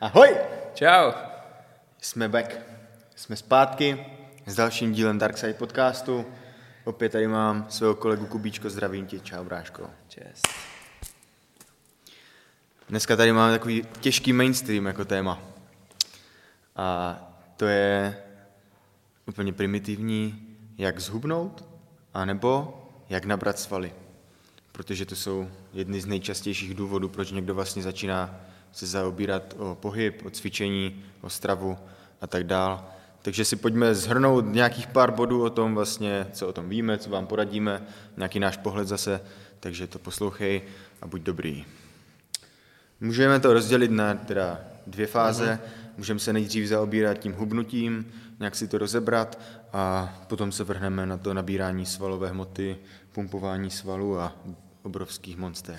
Ahoj! Čau! Jsme back. Jsme zpátky s dalším dílem Darkside podcastu. Opět tady mám svého kolegu Kubíčko, zdravím tě. Čau, bráško. Čest. Dneska tady máme takový těžký mainstream jako téma. A to je úplně primitivní, jak zhubnout, anebo jak nabrat svaly. Protože to jsou jedny z nejčastějších důvodů, proč někdo vlastně začíná se zaobírat o pohyb, o cvičení, o stravu a tak dál. Takže si pojďme shrnout nějakých pár bodů o tom vlastně, co o tom víme, co vám poradíme, nějaký náš pohled zase, takže to poslouchej a buď dobrý. Můžeme to rozdělit na teda dvě fáze. Můžeme se nejdřív zaobírat tím hubnutím, nějak si to rozebrat a potom se vrhneme na to nabírání svalové hmoty, pumpování svalů a obrovských monster.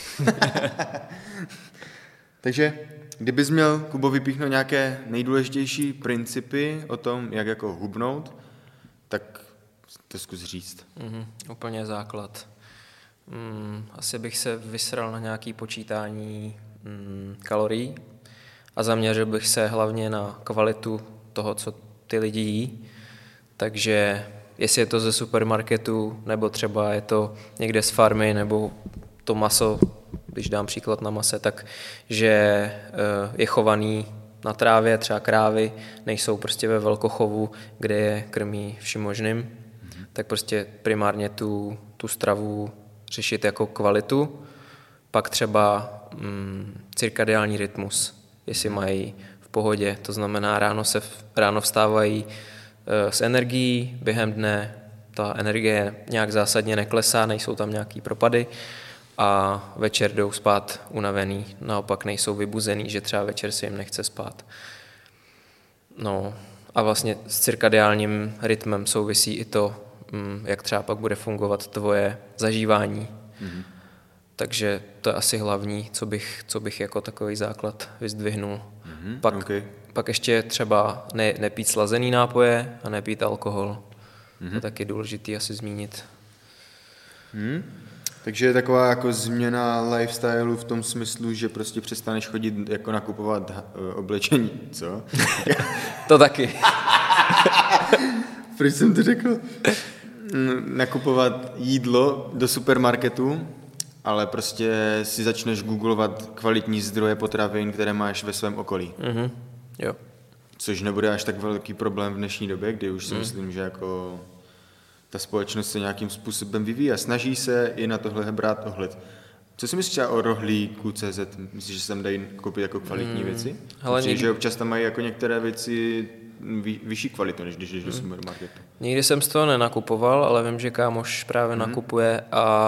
Takže kdybys měl, Kubo, vypíchnout nějaké nejdůležitější principy o tom, jak jako hubnout, tak to zkus říct. Úplně základ. Asi bych se vysral na nějaké počítání kalorií a zaměřil bych se hlavně na kvalitu toho, co ty lidi jí. Takže jestli je to ze supermarketu, nebo třeba je to někde z farmy, nebo to maso, když dám příklad na mase, tak že je chovaný na trávě, třeba krávy, nejsou prostě ve velkochovu, kde je krmí vším možným, tak prostě primárně tu stravu řešit jako kvalitu, pak třeba cirkadiální rytmus, jestli mají v pohodě, to znamená ráno vstávají s energií, během dne ta energie nějak zásadně neklesá, nejsou tam nějaký propady a večer jdou spát unavený, naopak nejsou vybuzený, že třeba večer se jim nechce spát. No a vlastně s cirkadiálním rytmem souvisí i to, jak třeba pak bude fungovat tvoje zažívání. Takže to je asi hlavní, co bych jako takový základ vyzdvihnul. Pak ještě třeba nepít slazený nápoje a nepít alkohol. To je taky důležitý asi zmínit. Takže je taková jako změna lifestylu v tom smyslu, že prostě přestaneš chodit jako nakupovat oblečení, co? To taky. Proč jsem to řekl? Nakupovat jídlo do supermarketu, ale prostě si začneš googlovat kvalitní zdroje potravin, které máš ve svém okolí. Jo. Což nebude až tak velký problém v dnešní době, kdy už si myslím, že jako ta společnost se nějakým způsobem vyvíjí a snaží se i na tohle brát ohled. Co si myslíš třeba o rohlíku CZ? Myslíš, že se tam dají koupit jako kvalitní věci? Že občas tam mají jako některé věci vyšší kvalitu, než když jdeš do supermarketu. Nikdy jsem z toho nenakupoval, ale vím, že kámoš právě nakupuje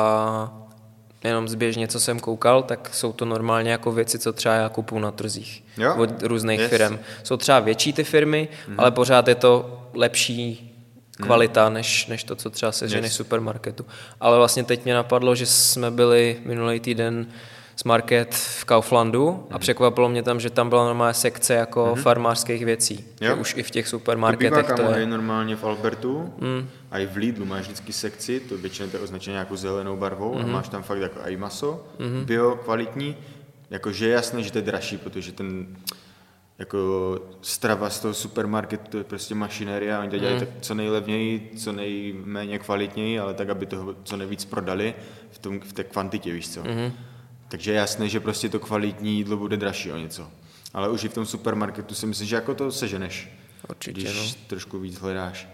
a jenom zběžně, co jsem koukal, tak jsou to normálně jako věci, co třeba já kupuju na trzích od různých firm. Jsou třeba větší ty firmy, ale pořád je to lepší kvalita, než to, co třeba seženeš v supermarketu. Ale vlastně teď mě napadlo, že jsme byli minulý týden z market v Kauflandu a překvapilo mě tam, že tam byla normálně sekce jako farmářských věcí. Už i v těch supermarketech. To je normálně v Albertu a i v Lidlu máš vždycky sekci, to většinou to je označené nějakou zelenou barvou a máš tam fakt jako i maso, bio, kvalitní, jakože je jasné, že to je dražší, protože ten jako strava z toho supermarketu, to je prostě mašinéria, oni to dělají tak co nejlevněji, co nejméně kvalitněji, ale tak, aby toho co nejvíc prodali v té kvantitě, víš co. Takže je jasné, že prostě to kvalitní jídlo bude dražší o něco. Ale už i v tom supermarketu si myslím, že jako to seženeš, když trošku víc hledáš.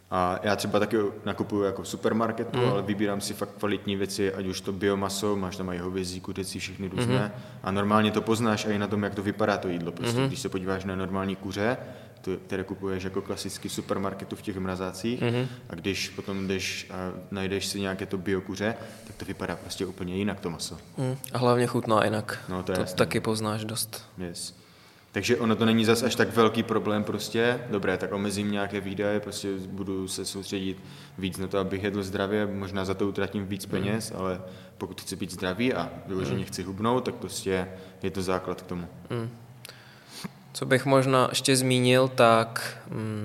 A já třeba taky nakupuju jako v supermarketu, ale vybírám si fakt kvalitní věci, ať už to biomaso, máš tam i hovězí, kuřecí, všechny různé. A normálně to poznáš i na tom, jak to vypadá to jídlo. Prostě, když se podíváš na normální kuře, které kupuješ jako klasicky v supermarketu v těch mrazácích, a když potom jdeš a najdeš si nějaké to biokuře, tak to vypadá prostě úplně jinak to maso. A hlavně chutná jinak. No, to taky poznáš dost. Yes. Takže ono to není zas až tak velký problém prostě. Dobré, tak omezím nějaké výdaje, prostě budu se soustředit víc na to, abych jedl zdravě, možná za to utratím víc peněz, ale pokud chci být zdravý a vyloženě chci hubnout, tak prostě je to základ k tomu. Co bych možná ještě zmínil, tak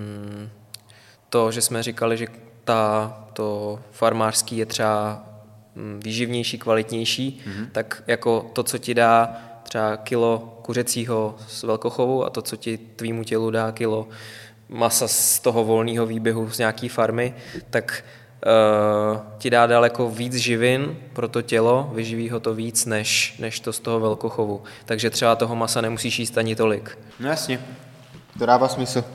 to, že jsme říkali, že to farmářský je třeba výživnější, kvalitnější, tak jako to, co ti dá třeba kilo kuřecího z velkochovu a to, co ti tvýmu tělu dá kilo masa z toho volného výběhu z nějaký farmy, tak ti dá daleko víc živin pro to tělo, vyživí ho to víc, než to z toho velkochovu. Takže třeba toho masa nemusíš jíst ani tolik. No jasně, to dává smysl.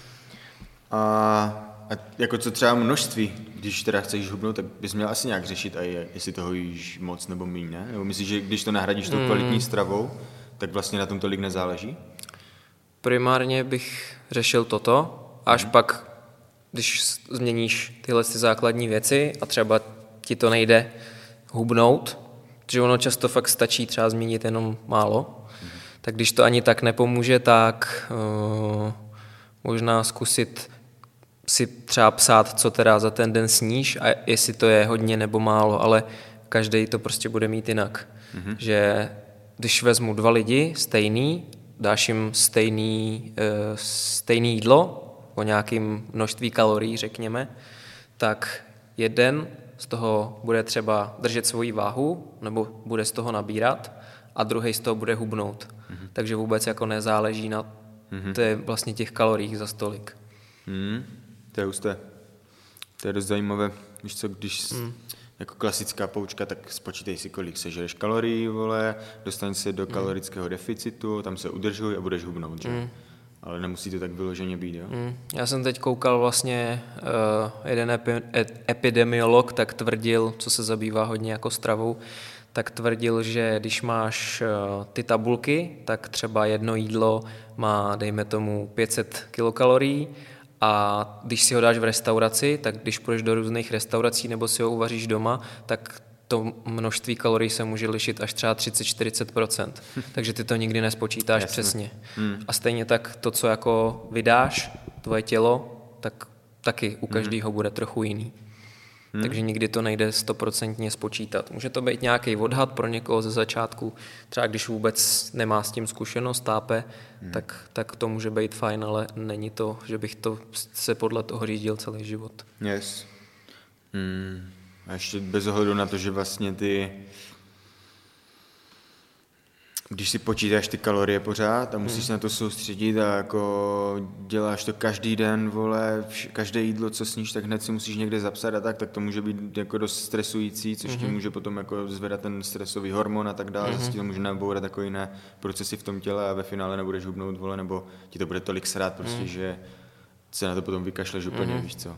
A jako co třeba množství, když teda chceš hubnout, tak bys měl asi nějak řešit, a jestli toho jíš moc nebo míň, ne? Nebo myslíš, že když to nahradíš tou kvalitní stravou, tak vlastně na tom tolik nezáleží? Primárně bych řešil toto, až pak, když změníš tyhle základní věci a třeba ti to nejde hubnout, protože ono často fakt stačí třeba změnit jenom málo, tak když to ani tak nepomůže, tak možná zkusit si třeba psát, co teda za ten den sníš a jestli to je hodně nebo málo, ale každý to prostě bude mít jinak. Že když vezmu 2 lidi stejný, dáš jim stejný jídlo o nějakém množství kalorií, řekněme, tak jeden z toho bude třeba držet svoji váhu nebo bude z toho nabírat a druhý z toho bude hubnout. Takže vůbec jako nezáleží na vlastně těch kaloriích za stolik. To je husté. To je dost zajímavé. Víš co, když jako klasická poučka, tak spočítej si, kolik sežereš kalorií, vole, dostaň se do kalorického deficitu, tam se udržuj a budeš hubnout, že? Ale nemusí to tak vyloženě být, jo? Já jsem teď koukal vlastně, jeden epidemiolog tak tvrdil, co se zabývá hodně jako stravou, tak tvrdil, že když máš ty tabulky, tak třeba jedno jídlo má, dejme tomu, 500 kilokalorií, a když si ho dáš v restauraci, tak když půjdeš do různých restaurací nebo si ho uvaříš doma, tak to množství kalorií se může lišit až třeba 30-40%. Takže ty to nikdy nespočítáš přesně. A stejně tak to, co jako vydáš, tvoje tělo, tak taky u každého bude trochu jiný. Takže nikdy to nejde 100% spočítat. Může to být nějaký odhad pro někoho ze začátku, třeba když vůbec nemá s tím zkušenost, tápe, tak to může být fajn, ale není to, že bych to se podle toho řídil celý život. Yes. A ještě bez ohledu na to, že vlastně ty, když si počítáš ty kalorie pořád a musíš se na to soustředit a jako děláš to každý den, vole, každé jídlo, co sníš, tak hned si musíš někde zapsat a tak to může být jako dost stresující, což ti může potom jako zvedat ten stresový hormon a tak dále, zase ti to může nabourat jako jiné procesy v tom těle a ve finále nebudeš hubnout, vole, nebo ti to bude tolik srát prostě, že se na to potom vykašleš úplně, víš co.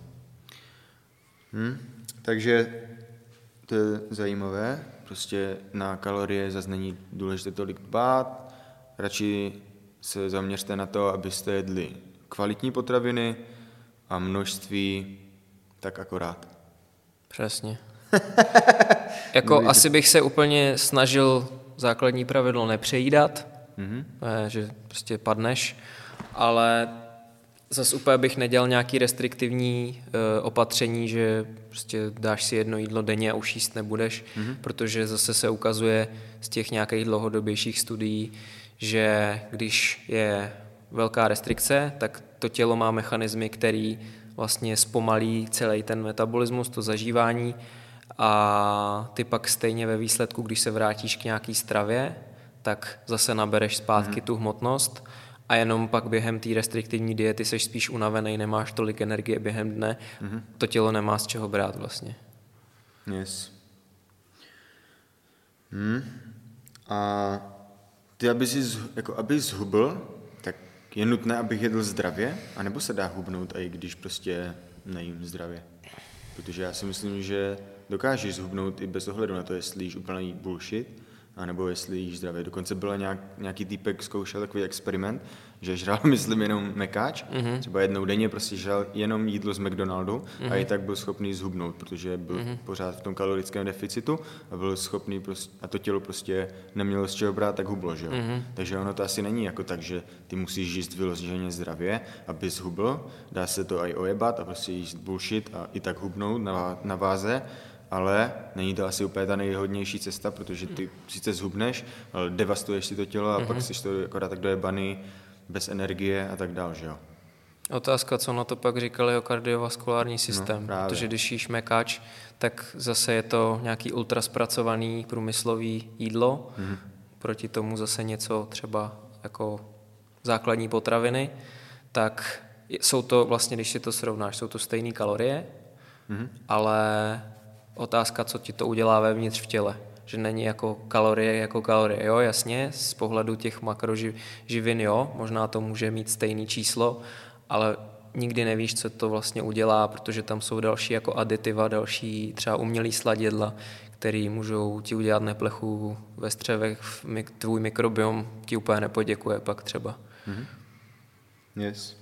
Takže to je zajímavé, prostě na kalorie zase není důležité tolik dbát, radši se zaměřte na to, abyste jedli kvalitní potraviny a množství tak akorát. Přesně. Jako asi bych se úplně snažil základní pravidlo nepřejídat, že prostě padneš, ale zase úplně bych nedělal nějaký restriktivní opatření, že prostě dáš si jedno jídlo denně a už jíst nebudeš, protože zase se ukazuje z těch nějakých dlouhodobějších studií, že když je velká restrikce, tak to tělo má mechanismy, který vlastně zpomalí celý ten metabolismus, to zažívání a ty pak stejně ve výsledku, když se vrátíš k nějaký stravě, tak zase nabereš zpátky tu hmotnost a jenom pak během té restriktivní diety seš spíš unavený, nemáš tolik energie během dne, to tělo nemá z čeho brát vlastně. Yes. A ty, aby zhubl, tak je nutné, abych jedl zdravě, anebo se dá hubnout, i když prostě nejím zdravě? Protože já si myslím, že dokážeš zhubnout i bez ohledu na to, jestli jíš úplný bullshit, anebo jestli jíš zdravě. Dokonce byl nějaký týpek zkoušel takový experiment, že žral, myslím, jenom mekáč, třeba jednou denně prostě žral jenom jídlo z McDonaldu a i tak byl schopný zhubnout, protože byl pořád v tom kalorickém deficitu a byl schopný a to tělo prostě nemělo z čeho brát, tak hublo, že jo. Takže ono to asi není jako tak, že ty musíš jíst vyloženě zdravě, aby zhubl, dá se to i ojebat a prostě jíst bullshit a i tak hubnout na váze, ale není to asi úplně ta nejhodnější cesta, protože ty sice zhubneš, ale devastuješ si to tělo a pak jsi to akorát tak dojebaný, bez energie a tak dál, že jo. Otázka, co na to pak říkal jeho kardiovaskulární systém, protože když jíš mekáč, tak zase je to nějaký ultraspracovaný průmyslový jídlo, proti tomu zase něco třeba jako základní potraviny, tak jsou to vlastně, když si to srovnáš, jsou to stejné kalorie, ale otázka, co ti to udělá vevnitř v těle. Že není jako kalorie, jo, jasně, z pohledu těch makroživin, jo, možná to může mít stejné číslo, ale nikdy nevíš, co to vlastně udělá, protože tam jsou další jako aditiva, další třeba umělý sladidla, který můžou ti udělat neplechu ve střevech, tvůj mikrobiom ti úplně nepoděkuje pak třeba. Yes.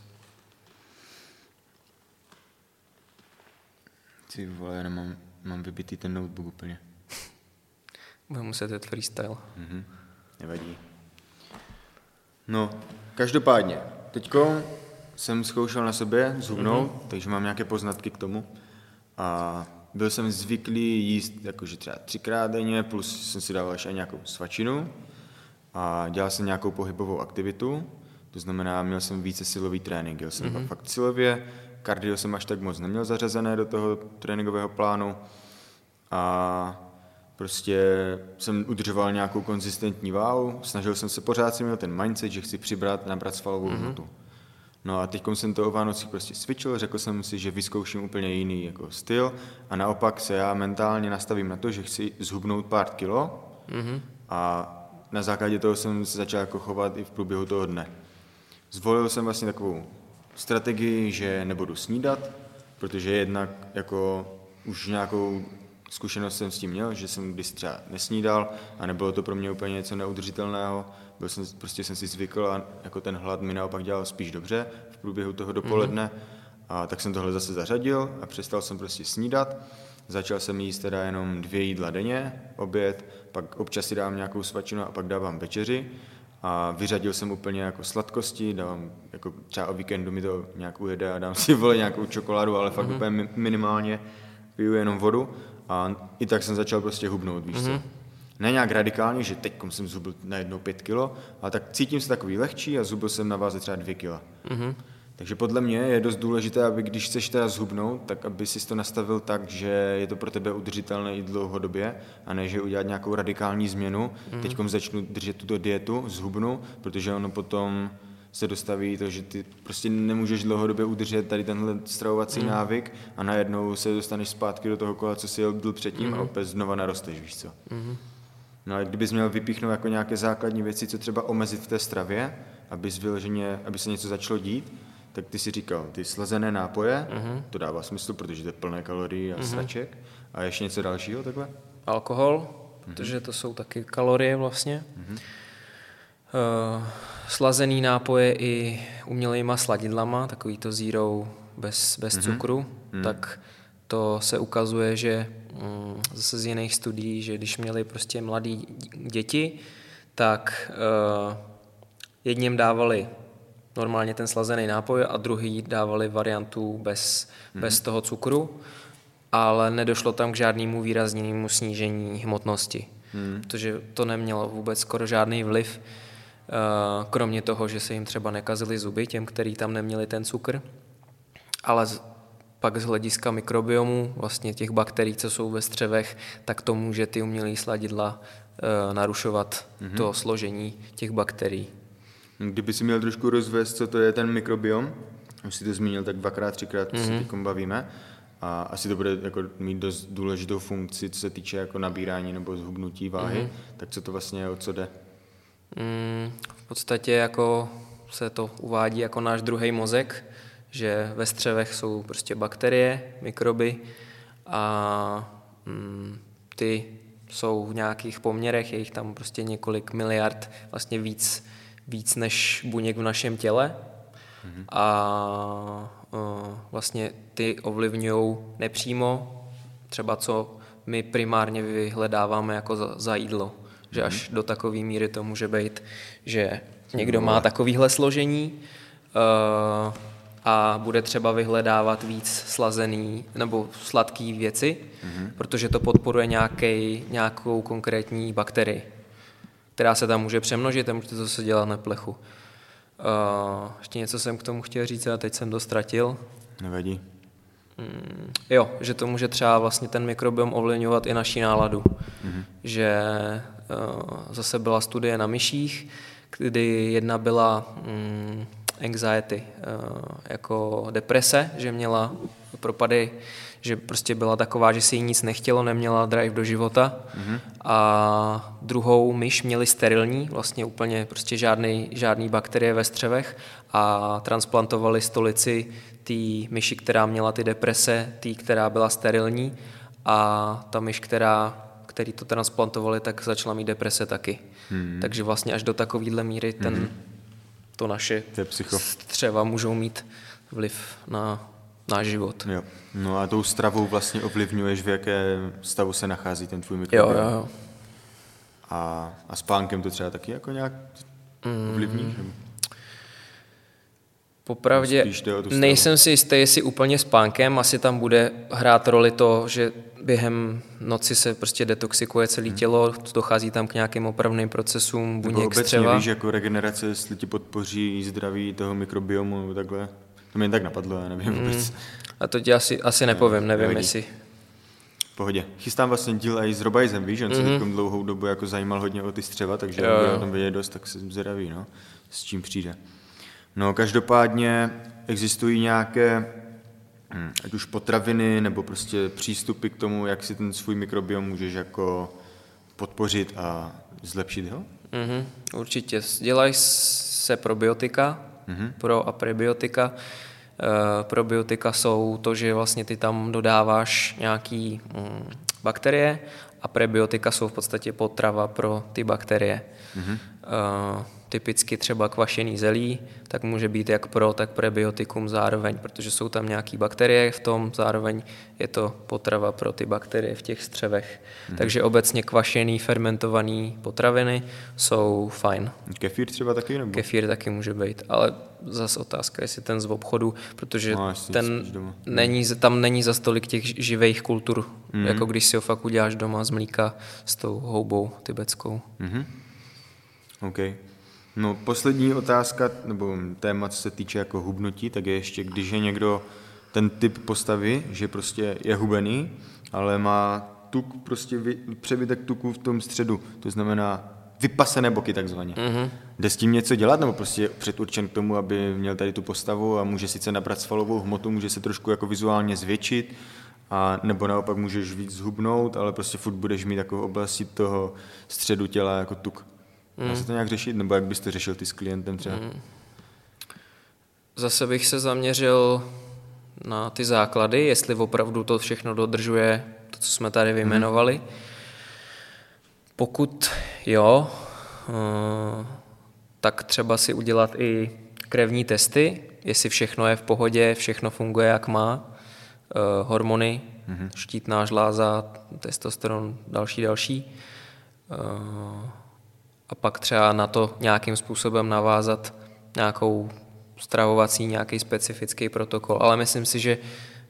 Ty vole, já mám vybitý ten notebook úplně. Budeme muset jít freestyle. Nevadí. No, každopádně, teďko jsem zkoušel na sobě zhubnout, takže mám nějaké poznatky k tomu. A byl jsem zvyklý jíst jakože třeba 3krát denně, plus jsem si dával ještě nějakou svačinu a dělal jsem nějakou pohybovou aktivitu, to znamená, měl jsem více silový trénink, jel jsem fakt silově, kardio jsem až tak moc neměl zařazené do toho tréninkového plánu a prostě jsem udržoval nějakou konzistentní váhu, snažil jsem se, pořád jsem měl ten mindset, že chci přibrat, nabrat svalovou hmotu. No a teď jsem to o Vánocích prostě cvičil, řekl jsem si, že vyzkouším úplně jiný jako styl a naopak se já mentálně nastavím na to, že chci zhubnout pár kilo a na základě toho jsem se začal jako chovat i v průběhu toho dne. Zvolil jsem vlastně takovou strategii, že nebudu snídat, protože jednak jako už nějakou zkušenost jsem s tím měl, že jsem když třeba nesnídal a nebylo to pro mě úplně něco neudržitelného, prostě jsem si zvykl a jako ten hlad mi naopak dělal spíš dobře v průběhu toho dopoledne a tak jsem tohle zase zařadil a přestal jsem prostě snídat. Začal jsem jíst teda jenom 2 jídla denně, oběd, pak občas si dávám nějakou svačinu a pak dávám večeři a vyřadil jsem úplně jako sladkosti, dávám jako třeba o víkendu mi to nějak ujede a dám si nějakou čokoládu, ale fakt úplně minimálně, piju jenom vodu a i tak jsem začal prostě hubnout, víš co. Ne nějak radikálně, že teď jsem zhubil najednou 5 kilo, ale tak cítím se takový lehčí a zhubil jsem na váze třeba 2 kila. Takže podle mě je dost důležité, aby když chceš teda zhubnout, tak aby si to nastavil tak, že je to pro tebe udržitelné i dlouhodobě a ne, že udělat nějakou radikální změnu. Teďkom začnu držet tuto dietu, zhubnu, protože ono potom se dostaví to, že ty prostě nemůžeš dlouhodobě udržet tady tenhle stravovací návyk a najednou se dostaneš zpátky do toho kola, co si byl předtím a opět znova narosteš, víš co. No a kdybys měl vypíchnout jako nějaké základní věci, co třeba omezit v té stravě, aby se něco začalo dít, tak ty si říkal, ty slazené nápoje, to dává smysl, protože to je plné kalorií a sraček. A ještě něco dalšího takhle? Alkohol, protože to jsou taky kalorie vlastně. Slazený nápoje i umělejma sladidlama, takový to zero bez cukru, tak to se ukazuje, že zase z jiných studií, že když měli prostě mladí děti, tak jedním dávali normálně ten slazený nápoj a druhý dávali variantu bez toho cukru, ale nedošlo tam k žádnému výraznému snížení hmotnosti, protože to nemělo vůbec skoro žádný vliv, kromě toho, že se jim třeba nekazily zuby, těm, který tam neměli ten cukr, ale pak z hlediska mikrobiomu, vlastně těch bakterií, co jsou ve střevech, tak to může ty umělý sladidla narušovat to složení těch bakterií. Kdyby si měl trošku rozvést, co to je ten mikrobiom, už si to zmínil tak 2x, 3x, co se teď bavíme, a asi to bude jako mít dost důležitou funkci, co se týče jako nabírání nebo zhubnutí váhy, tak co to vlastně je, o co jde? V podstatě jako se to uvádí jako náš druhý mozek, že ve střevech jsou prostě bakterie, mikroby a ty jsou v nějakých poměrech, je jich tam prostě několik miliard, vlastně víc než buněk v našem těle a vlastně ty ovlivňují nepřímo třeba co my primárně vyhledáváme jako za jídlo, že až do takové míry to může být, že někdo má takovýhle složení a bude třeba vyhledávat víc slazený nebo sladký věci, protože to podporuje nějakou konkrétní bakterii, která se tam může přemnožit a může to zase dělat na plechu. Ještě něco jsem k tomu chtěl říct a teď jsem to ztratil. Nevadí. Jo, že to může třeba vlastně ten mikrobiom ovlivňovat i naši náladu. Že zase byla studie na myších, kdy jedna byla anxiety, jako deprese, že měla propady, že prostě byla taková, že si jí nic nechtělo, neměla drive do života. A druhou myš měli sterilní, vlastně úplně prostě žádný bakterie ve střevech a transplantovali stolici té myši, která měla ty deprese, té, která byla sterilní a ta myš, který to transplantovali, tak začala mít deprese taky. Takže vlastně až do takovéhle míry to naše střeva můžou mít vliv na náš život. Jo. No a tou stravou vlastně ovlivňuješ, v jakém stavu se nachází ten tvůj mikrobiom. Jo. A spánkem to třeba taky jako nějak ovlivníš? Popravdě nejsem si jistý, jestli úplně spánkem, asi tam bude hrát roli to, že během noci se prostě detoxikuje celé tělo, dochází tam k nějakým opravným procesům buněk střeva. Víš, jako regenerace, jestli ti podpoří zdraví toho mikrobiomu nebo takhle. To mi jen tak napadlo, já nevím vůbec. A to ti asi nepovím, nevím jestli. V pohodě. Chystám vlastně díl i s Robajzem, víš, on se teď dlouhou dobu jako zajímal hodně o ty střeva, takže bude o tom vědět dost, tak se zvědaví, no, s čím přijde. No, každopádně existují nějaké, ať už potraviny, nebo prostě přístupy k tomu, jak si ten svůj mikrobiom můžeš jako podpořit a zlepšit ho? Určitě. Dělají se probiotika, pro a prebiotika. Probiotika jsou to, že vlastně ty tam dodáváš nějaký bakterie a prebiotika jsou v podstatě potrava pro ty bakterie. Typicky třeba kvašený zelí, tak může být jak pro, tak prebiotikum zároveň, protože jsou tam nějaké bakterie v tom, zároveň je to potrava pro ty bakterie v těch střevech. Takže obecně kvašený, fermentovaný potraviny jsou fajn. Kefír třeba taky? Nebo? Kefír taky může být, ale zase otázka, jestli ten z obchodu, protože tam není za tolik těch živých kultur, jako když si ho fakt uděláš doma z mlíka s tou houbou tibetskou. OK. No, poslední otázka, nebo téma, co se týče jako hubnutí, tak je ještě, když je někdo ten typ postavy, že prostě je hubený, ale má tuk, prostě přebytek tuku v tom středu, to znamená vypasené boky takzvaně. Jde s tím něco dělat, nebo prostě je předurčen k tomu, aby měl tady tu postavu a může sice nabrat svalovou hmotu, může se trošku jako vizuálně zvětšit, a nebo naopak můžeš víc zhubnout, ale prostě furt budeš mít jako oblasti toho středu těla jako tuk. Dá se to nějak řešit, nebo jak byste řešil ty s klientem třeba? Zase bych se zaměřil na ty základy, jestli opravdu to všechno dodržuje to, co jsme tady vyjmenovali. Pokud jo, tak třeba si udělat i krevní testy, jestli všechno je v pohodě, všechno funguje, jak má, hormony, štítná žláza, testosteron, další. A pak třeba na to nějakým způsobem navázat nějakou stravovací, nějaký specifický protokol. Ale myslím si, že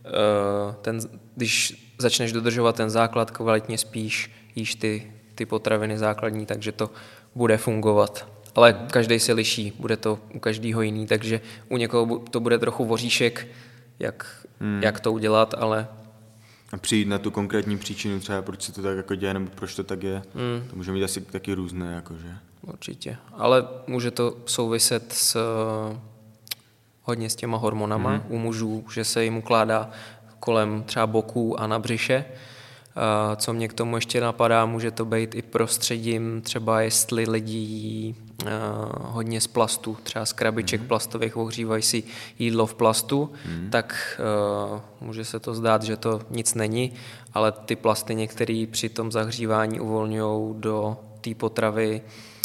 když začneš dodržovat ten základ, kvalitně spíš jíš ty potraviny základní, takže to bude fungovat. Ale každý se liší, bude to u každého jiný, takže u někoho to bude trochu voříšek, jak to udělat, ale... A přijít na tu konkrétní příčinu třeba, proč se to tak jako děje, nebo proč to tak je, to může mít asi taky různé, jakože. Určitě, ale může to souviset hodně s těma hormonama u mužů, že se jim ukládá kolem třeba boků a na břiše. Co mě k tomu ještě napadá, může to být i prostředím, třeba jestli lidi jí hodně z plastu, třeba z krabiček plastových, ohřívají si jídlo v plastu, tak může se to zdát, že to nic není, ale ty plasty některé při tom zahřívání uvolňují do té potravy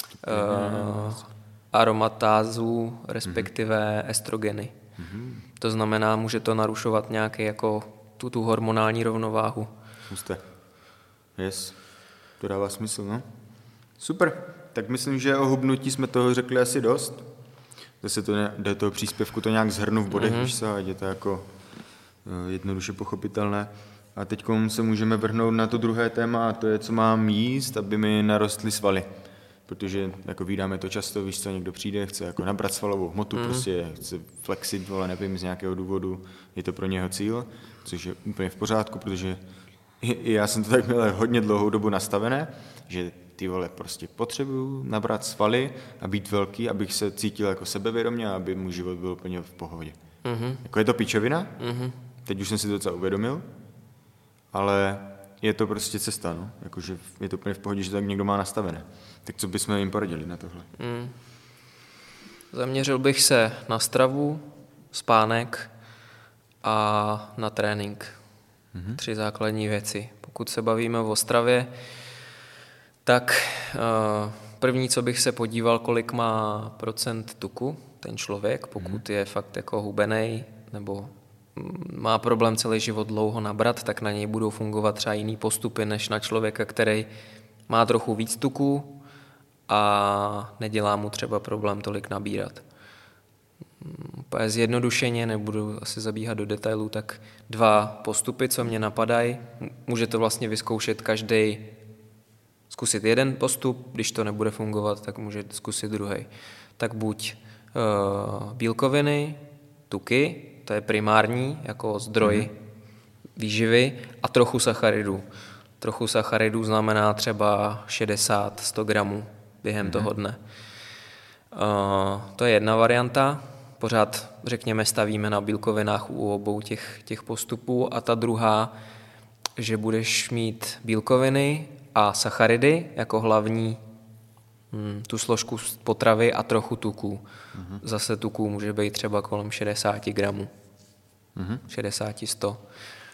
aromatázu, respektive estrogeny. To znamená, může to narušovat nějaký jako tu hormonální rovnováhu. Husté. Yes. To dává smysl, no? Super. Tak myslím, že o hubnutí jsme toho řekli asi dost. Zase to do toho příspěvku to nějak zhrnu v bodech, víš se, ať je to jako jednoduše pochopitelné. A teď se můžeme vrhnout na to druhé téma, a to je, co mám jíst, aby mi narostly svaly. Protože jako vídáme to často, víš co, někdo přijde, chce jako nabrat svalovou hmotu, prostě chce flexit, ale nevím, z nějakého důvodu je to pro něho cíl, což je úplně v pořádku, protože i já jsem to tak měl hodně dlouhou dobu nastavené, že ty vole, prostě potřebuju nabrat svaly a být velký, abych se cítil jako sebevědomě a aby můj život byl úplně v pohodě. Jako je to pičovina, teď už jsem si to docela uvědomil, ale je to prostě cesta, no. Jakože je to úplně v pohodě, že tak někdo má nastavené. Tak co bychom jim poradili na tohle? Zaměřil bych se na stravu, spánek a na trénink. 3 základní věci. Pokud se bavíme o stravě, tak první, co bych se podíval, kolik má procent tuku ten člověk, pokud je fakt jako hubenej nebo má problém celý život dlouho nabrat, tak na něj budou fungovat třeba jiný postupy, než na člověka, který má trochu víc tuku a nedělá mu třeba problém tolik nabírat. Úplně zjednodušeně, nebudu asi zabíhat do detailů, tak 2 postupy, co mě napadají. Můžete vlastně vyzkoušet každý, zkusit jeden postup, když to nebude fungovat, tak můžete zkusit druhý. Tak buď bílkoviny, tuky, to je primární jako zdroj výživy, a trochu sacharidů. Trochu sacharidů znamená třeba 60-100 gramů během toho dne. To je jedna varianta. Pořád, řekněme, stavíme na bílkovinách u obou těch postupů. A ta druhá, že budeš mít bílkoviny a sacharidy jako hlavní tu složku potravy a trochu tuků. Zase tuků může být třeba kolem 60 gramů. 60-100.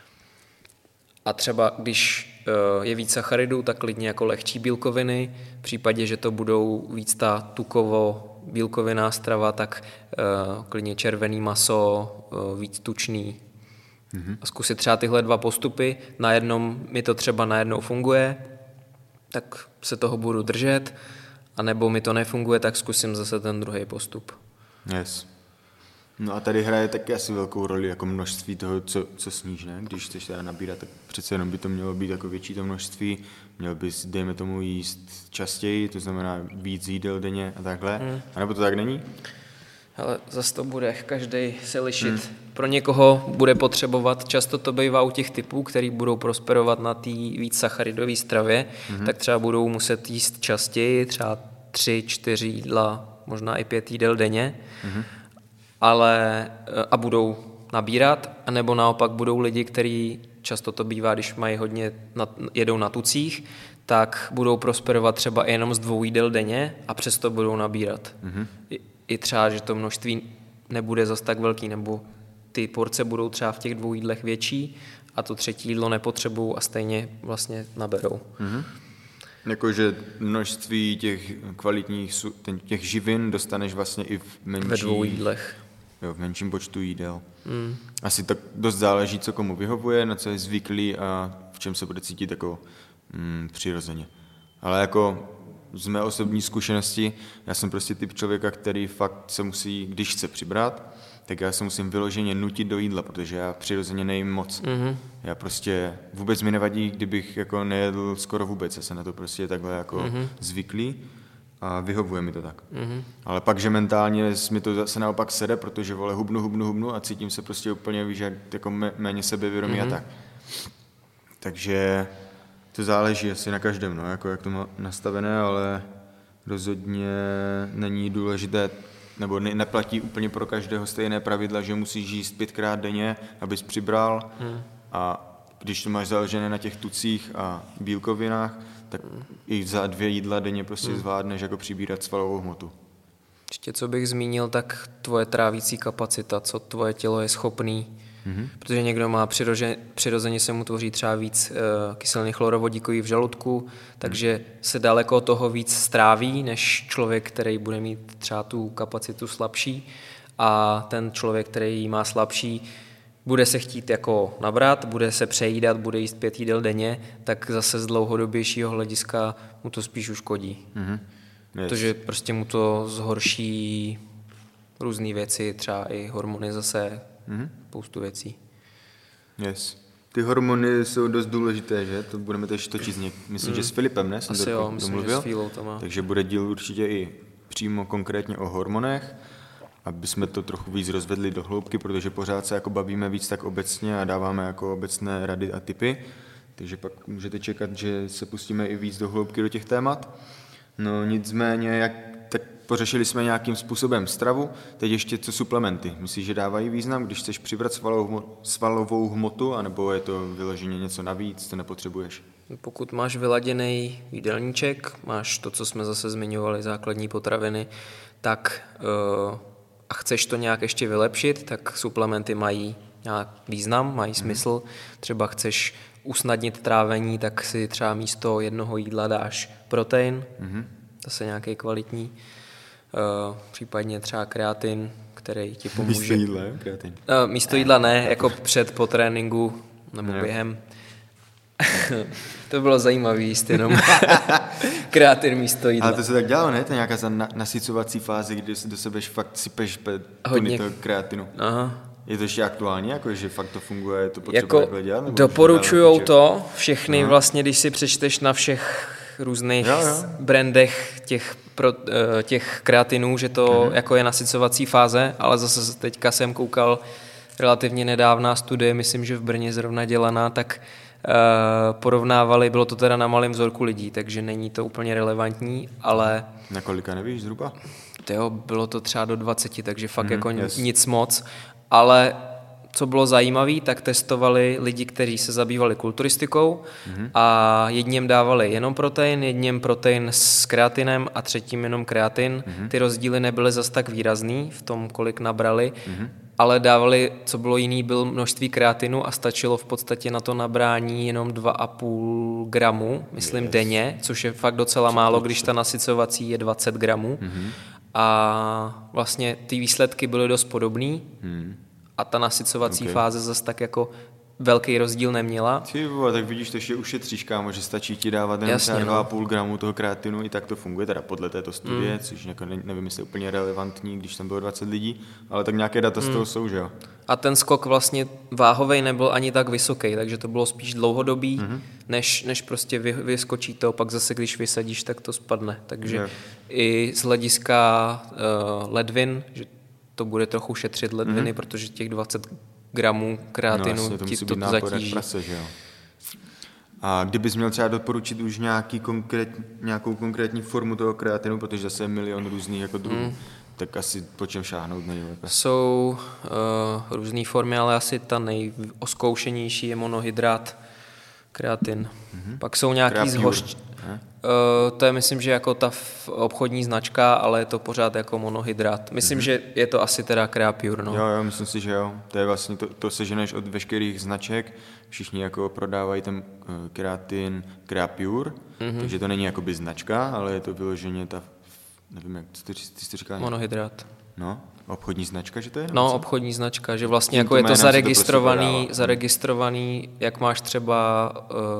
A třeba když je víc sacharidů, tak klidně jako lehčí bílkoviny. V případě, že to budou víc ta tukovo-bílkovinná strava, tak klidně červený maso, víc tučný. A zkusit třeba tyhle 2 postupy. Na jednom mi to třeba najednou funguje, tak se toho budu držet. A nebo mi to nefunguje, tak zkusím zase ten druhý postup. Yes. No a tady hraje taky asi velkou roli jako množství toho, co sníš, ne? Když chceš teda nabírat, tak přece jenom by to mělo být jako větší to množství. Měl bys, dejme tomu, jíst častěji, to znamená víc jídel denně a takhle. A nebo to tak není? Ale zase to bude každý se lišit. Pro někoho bude potřebovat, často to bývá u těch typů, který budou prosperovat na té víc sacharidové stravě, tak třeba budou muset jíst častěji, třeba 3-4 jídla, možná i 5 jídel denně, a budou nabírat, anebo naopak budou lidi, kteří často to bývá, když mají hodně, jedou na tucích, tak budou prosperovat třeba jenom z 2 jídel denně a přesto budou nabírat. I třeba, že to množství nebude zas tak velký, nebo ty porce budou třeba v těch 2 jídlech větší a to 3. jídlo nepotřebují a stejně vlastně naberou. Jakože množství těch kvalitních těch živin dostaneš vlastně i ve 2 jídlech. Jo, v menším počtu jídel. Asi tak dost záleží, co komu vyhovuje, na co je zvyklý a v čem se bude cítit jako přirozeně. Ale jako z mé osobní zkušenosti, já jsem prostě typ člověka, který fakt se musí, když chce přibrat, tak já se musím vyloženě nutit do jídla, protože já přirozeně nejím moc. Já prostě vůbec mi nevadí, kdybych jako nejedl skoro vůbec, já jsem na to prostě takhle jako zvyklý a vyhovuje mi to tak. Ale pak, že mentálně mi to zase naopak sede, protože vole hubnu a cítím se prostě úplně, víš, jak jako méně sebevědomí a tak. Takže to záleží asi na každém, no, jako jak to má nastavené, ale rozhodně není důležité, nebo neplatí úplně pro každého stejné pravidla, že musíš jíst 5krát denně, abys přibral a když to máš založené na těch tucích a bílkovinách, tak i za 2 jídla denně prostě zvládneš jako přibírat svalovou hmotu. Ještě co bych zmínil, tak tvoje trávící kapacita, co tvoje tělo je schopný. Protože někdo má přirozeně se mu tvoří třeba víc kyseliny chlorovodíkový v žaludku, takže se daleko toho víc stráví, než člověk, který bude mít třeba tu kapacitu slabší, a ten člověk, který má slabší, bude se chtít jako nabrat, bude se přejídat, bude jíst 5 jídel denně, tak zase z dlouhodobějšího hlediska mu to spíš uškodí. Protože prostě mu to zhorší různé věci, třeba i hormony zase, spoustu věcí. Yes. Ty hormony jsou dost důležité, že? To budeme teď točit myslím, že s Filipem, ne? Asi jo, myslím, že s Filou to má. Takže bude díl určitě i přímo konkrétně o hormonech, aby jsme to trochu víc rozvedli do hloubky, protože pořád se jako bavíme víc tak obecně a dáváme jako obecné rady a tipy. Takže pak můžete čekat, že se pustíme i víc do hloubky do těch témat. No nicméně, tak pořešili jsme nějakým způsobem stravu, teď ještě co suplementy. Myslíš, že dávají význam, když chceš přibrat svalovou hmotu, anebo je to vyloženě něco navíc, co nepotřebuješ? Pokud máš vyladěný jídelníček, máš to, co jsme zase zmiňovali, základní potraviny, tak a chceš to nějak ještě vylepšit, tak suplementy mají nějak význam, mají smysl. Třeba chceš usnadnit trávení, tak si třeba místo jednoho jídla dáš protein, zase nějaký kvalitní, případně třeba kreatin, který ti pomůže. Místo jídla, kreatin? Místo jídla ne, jako před po tréninku nebo během. To bylo zajímavý, jistě jenom kreatin místo jídla. Ale to se tak dělalo, ne? To je nějaká nasycovací fáze, kdy do sebe fakt sypeš tuny toho kreatinu. Aha. Je to ještě aktuální, jako, že fakt to funguje, to potřebuje jako takhle dělat? Doporučujou to všechny vlastně, když si přečteš na všech různých brandech těch kreatinů, že to jako je nasycovací fáze, ale zase teďka jsem koukal relativně nedávná studie, myslím, že v Brně zrovna dělaná, tak porovnávali, bylo to teda na malém vzorku lidí, takže není to úplně relevantní, ale... Na kolika nevíš zhruba? Bylo to třeba do 20, takže fakt jako nic moc, ale co bylo zajímavé, tak testovali lidi, kteří se zabývali kulturistikou a jedním dávali jenom protein, jedním protein s kreatinem a třetím jenom kreatin. Ty rozdíly nebyly zas tak výrazný v tom, kolik nabrali, ale dávali, co bylo jiný, byl množství kreatinu a stačilo v podstatě na to nabrání jenom 2,5 gramu, myslím denně, což je fakt docela málo, když ta nasycovací je 20 gramů. A vlastně ty výsledky byly dost podobný a ta nasycovací fáze zase tak jako velký rozdíl neměla. Tak vidíš, to ještě ušetříš, kámo, že stačí ti dávat jen 2,5 gramu toho kreatinu, i tak to funguje, teda podle této studie, což jako nevím, jestli je úplně relevantní, když tam bylo 20 lidí, ale tak nějaké data z toho jsou, že jo. A ten skok vlastně váhovej nebyl ani tak vysoký, takže to bylo spíš dlouhodobý, než prostě vyskočí to, pak zase když vysadíš, tak to spadne. Takže i z hlediska ledvin, že to bude trochu šetřit ledviny, protože těch 20 gramů kreatinu ti to zatíží. Prase, že jo? A kdybys měl třeba doporučit už nějakou konkrétní formu toho kreatinu, protože zase je milion různých jako druhů, tak asi po čem šáhnout nejlépe? Jsou různé formy, ale asi ta nejoskoušenější je monohydrát kreatin. Pak jsou nějaký to je, myslím, že jako ta obchodní značka, ale je to pořád jako monohydrát. Myslím, že je to asi teda Creapure, no. Jo, myslím si, že jo. To je vlastně, to seženeš od veškerých značek. Všichni jako prodávají ten kreatin Creapure, takže to není jakoby značka, ale je to vyloženě ta, nevím, jak ty jsi to říkal? Monohydrát. No, obchodní značka, že to je? No, obchodní značka, že vlastně jako je to zaregistrovaný, jak máš třeba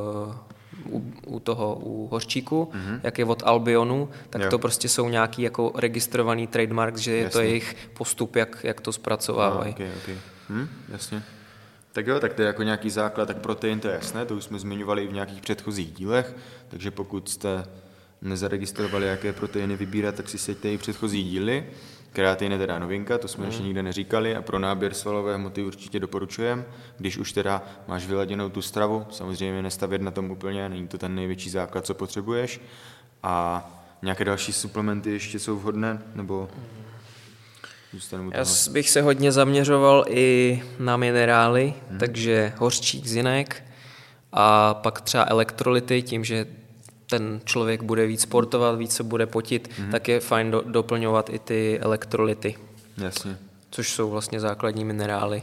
u hořčíku, jak je od Albionu, tak to prostě jsou nějaký jako registrovaný trademark, že je to jejich postup, jak to zpracovávají. Okay. Jasně. Tak jo, tak to je jako nějaký základ, tak protein, to je jasné, to už jsme zmiňovali i v nějakých předchozích dílech, takže pokud jste nezaregistrovali, jaké proteiny vybírat, tak si seďte i předchozí díly. Kreatin je teda novinka, to jsme ještě nikde neříkali a pro náběr svalové hmoty určitě doporučujem, když už teda máš vyladěnou tu stravu, samozřejmě nestavět na tom úplně, není to ten největší základ, co potřebuješ. A nějaké další suplementy ještě jsou vhodné, nebo zůstanu u toho? Já bych se hodně zaměřoval i na minerály, takže hořčík, zinek a pak třeba elektrolyty, tím, že ten člověk bude víc sportovat, víc se bude potit, tak je fajn doplňovat i ty elektrolyty. Jasně. Což jsou vlastně základní minerály.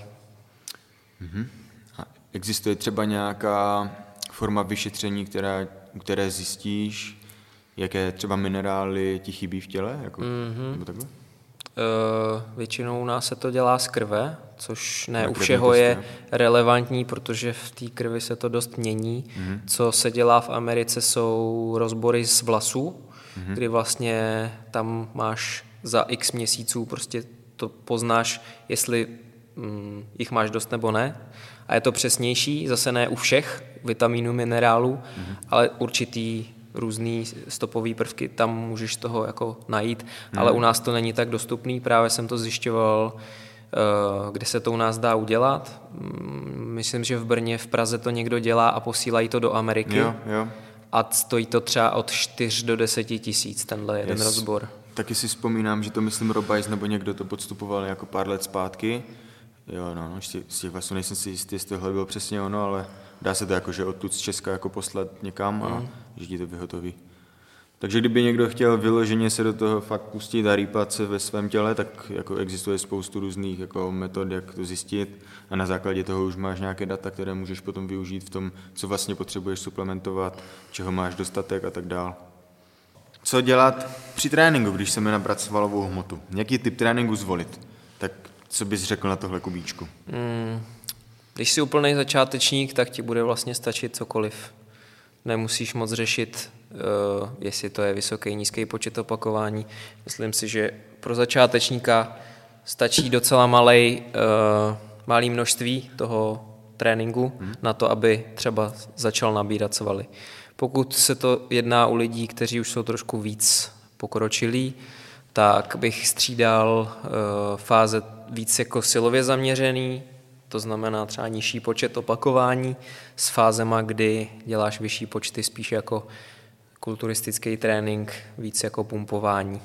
A existuje třeba nějaká forma vyšetření, které zjistíš, jaké třeba minerály ti chybí v těle? Jako, nebo takhle? Většinou u nás se to dělá z krve, což ne u všeho je relevantní, protože v té krvi se to dost mění. Co se dělá v Americe, jsou rozbory z vlasů, kdy vlastně tam máš za x měsíců, prostě to poznáš, jestli jich máš dost nebo ne. A je to přesnější, zase ne u všech vitamínů, minerálů, ale určitý různý stopový prvky, tam můžeš toho jako najít, ale u nás to není tak dostupný, právě jsem to zjišťoval kde se to u nás dá udělat. Myslím, že v Brně, v Praze to někdo dělá a posílají to do Ameriky. Jo. A stojí to třeba od 4 do 10 tisíc, tenhle jeden rozbor. Taky si vzpomínám, že to myslím Robajs nebo někdo to podstupoval jako pár let zpátky. Jo, no, z těch vlastně nejsem si jistý, jestli tohle bylo přesně ono, ale dá se to jako, že odtud z Česka jako poslat někam a že ti to vyhotoví. Takže kdyby někdo chtěl vyloženě se do toho fakt pustit a rýpat se ve svém těle, tak jako existuje spoustu různých jako metod, jak to zjistit a na základě toho už máš nějaké data, které můžeš potom využít v tom, co vlastně potřebuješ suplementovat, čeho máš dostatek a tak dál. Co dělat při tréninku, když chceme nabrat svalovou hmotu? Jaký typ tréninku zvolit? Tak co bys řekl na tohle, Kubíčku? Když jsi úplný začátečník, tak ti bude vlastně stačit cokoliv. Nemusíš moc řešit, jestli to je vysoký, nízký počet opakování. Myslím si, že pro začátečníka stačí docela malé množství toho tréninku na to, aby třeba začal nabírat svaly. Pokud se to jedná u lidí, kteří už jsou trošku víc pokročilí, tak bych střídal fáze víc jako silově zaměřený, to znamená třeba nižší počet opakování s fázema, kdy děláš vyšší počty spíš jako kulturistický trénink, víc jako pumpování.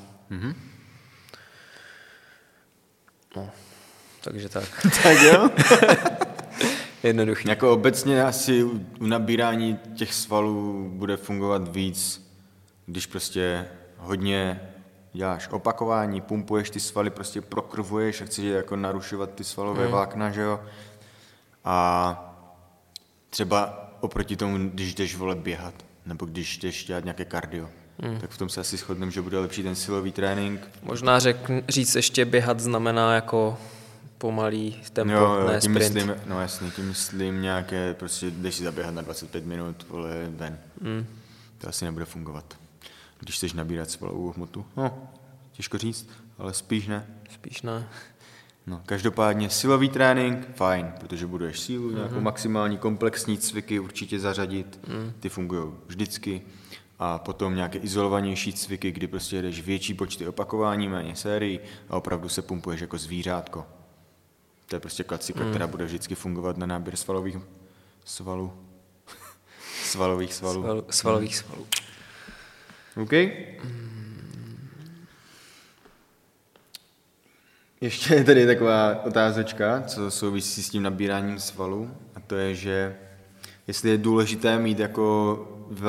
No, takže tak. Tak jo? Jednoduchý. Jako obecně asi u nabírání těch svalů bude fungovat víc, když prostě hodně děláš opakování, pumpuješ ty svaly, prostě prokrvuješ a chceš jako narušovat ty svalové vlákna, že jo? A třeba oproti tomu, když jdeš běhat, nebo když jdeš dělat nějaké kardio, tak v tom se asi shodneme, že bude lepší ten silový trénink. Možná říct ještě běhat znamená jako pomalý tempo, ne tím sprint. Myslím, no jasně, tím myslím nějaké, prostě jdeš si zaběhat na 25 minut, vole, ven. To asi nebude fungovat, když chceš nabírat svalovou hmotu. No, těžko říct, ale spíš ne. Spíš ne. No, každopádně silový trénink, fajn, protože buduješ sílu, nějakou maximální komplexní cviky určitě zařadit, ty fungují vždycky. A potom nějaké izolovanější cviky, kdy prostě jedeš větší počty opakování, méně sérií a opravdu se pumpuješ jako zvířátko. To je prostě klasika, která bude vždycky fungovat na náběr svalových svalů. Svalových svalů. Svalových svalů. OK. Ještě je tady taková otázečka, co souvisí s tím nabíráním svalů, a to je, že jestli je důležité mít jako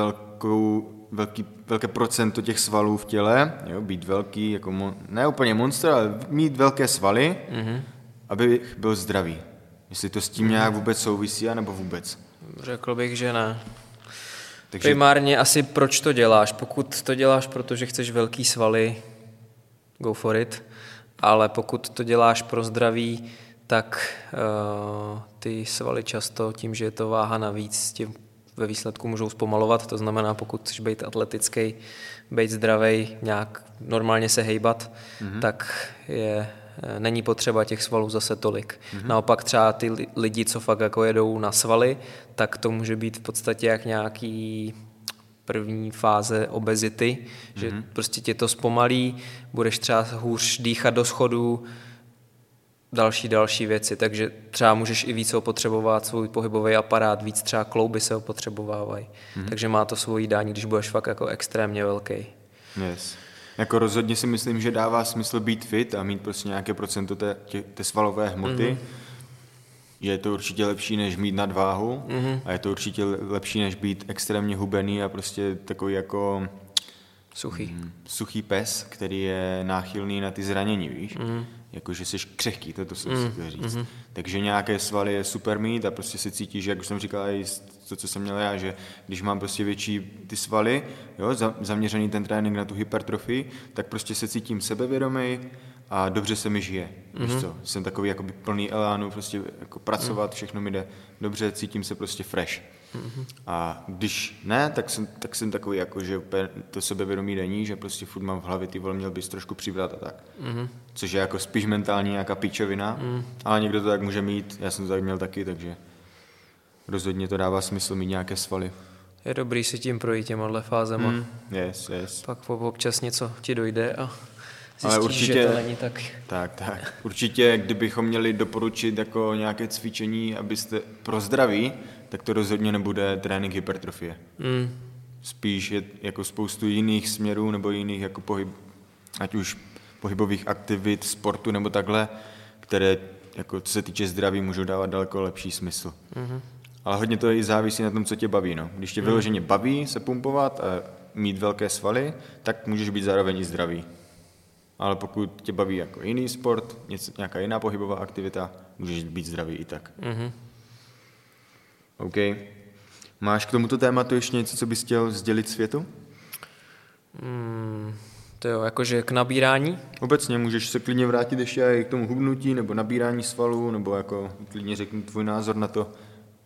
velké procento těch svalů v těle, jo, být velký, jako ne úplně monster, ale mít velké svaly, aby byl zdravý. Jestli to s tím nějak vůbec souvisí, nebo vůbec? Řekl bych, že ne. Takže primárně asi proč to děláš. Pokud to děláš, protože chceš velký svaly, go for it. Ale pokud to děláš pro zdraví, tak ty svaly často tím, že je to váha navíc, tím ve výsledku můžou zpomalovat. To znamená, pokud chceš být atletický, být zdravý, nějak normálně se hejbat, tak není potřeba těch svalů zase tolik. Naopak třeba ty lidi, co fakt jako jedou na svaly, tak to může být v podstatě jak nějaký první fáze obezity, že prostě tě to zpomalí, budeš třeba hůř dýchat do schodů, další věci, takže třeba můžeš i víc opotřebovat svůj pohybový aparát, víc třeba klouby se opotřebovávají, takže má to svoji dání, když budeš fakt jako extrémně velký. Yes. Jako rozhodně si myslím, že dává smysl být fit a mít prostě nějaké procento té svalové hmoty. Je to určitě lepší, než mít nadváhu a je to určitě lepší, než být extrémně hubený a prostě takový jako suchý pes, který je náchylný na ty zranění, víš? Jakože jsi křehký, to jsem si chtěl říct. Takže nějaké svaly je super mít a prostě se cítíš, jak už jsem říkal i to, co jsem měl já, že když mám prostě větší ty svaly, jo, zaměřený ten trénink na tu hypertrofii, tak prostě se cítím sebevědomý a dobře se mi žije. Víš co? Jsem takový jakoby plný elánu, prostě jako pracovat, všechno mi jde dobře, cítím se prostě fresh. A když ne, tak jsem takový jako, že to sebevědomí není, že prostě furt mám v hlavě, ty vole, měl bys trošku přibrat a tak. Což je jako spíš mentální nějaká píčovina, ale někdo to tak může mít, já jsem to tak měl taky, takže rozhodně to dává smysl mít nějaké svaly. Je dobrý si tím projít těmahle fázema. Yes. Pak občas něco ti dojde a zjistíš, že to není tak. Tak. Určitě, kdybychom měli doporučit jako nějaké cvičení, abyste pro zdraví, tak to rozhodně nebude trénink hypertrofie. Spíš je jako spoustu jiných směrů nebo jiných jako ať už pohybových aktivit, sportu nebo takhle, které jako co se týče zdraví můžou dávat daleko lepší smysl. Ale hodně to i závisí na tom, co tě baví. No. Když tě vyloženě baví se pumpovat a mít velké svaly, tak můžeš být zároveň i zdravý. Ale pokud tě baví jako jiný sport, nějaká jiná pohybová aktivita, můžeš být zdravý i tak. OK. Máš k tomuto tématu ještě něco, co bys chtěl sdělit světu? To jo, jakože k nabírání? Obecně můžeš se klidně vrátit ještě i k tomu hubnutí, nebo nabírání svalů, nebo jako klidně řekni tvůj názor na to.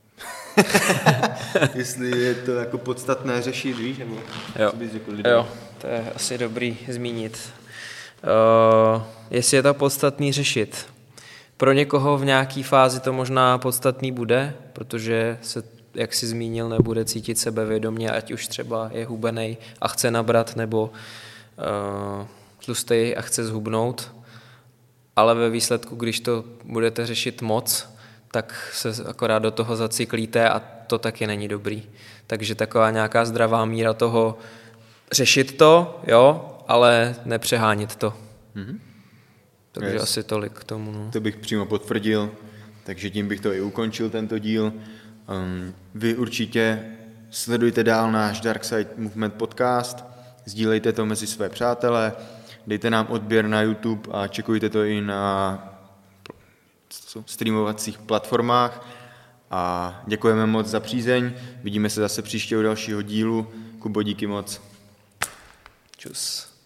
Jestli je to jako podstatné řešit, víš? Nebo jo. Jo, to je asi dobrý zmínit. Jestli je to podstatný řešit. Pro někoho v nějaké fázi to možná podstatný bude, protože se, jak jsi zmínil, nebude cítit sebevědomě, ať už třeba je hubenej a chce nabrat, nebo tlustej a chce zhubnout. Ale ve výsledku, když to budete řešit moc, tak se akorát do toho zacyklíte a to taky není dobrý. Takže taková nějaká zdravá míra toho řešit to, jo, ale nepřehánit to. Takže asi tolik k tomu. No. To bych přímo potvrdil, takže tím bych to i ukončil, tento díl. Vy určitě sledujte dál náš Dark Side Movement podcast, sdílejte to mezi své přátele, dejte nám odběr na YouTube a čekujte to i na streamovacích platformách a děkujeme moc za přízeň. Vidíme se zase příště u dalšího dílu. Kubo, díky moc. Čus.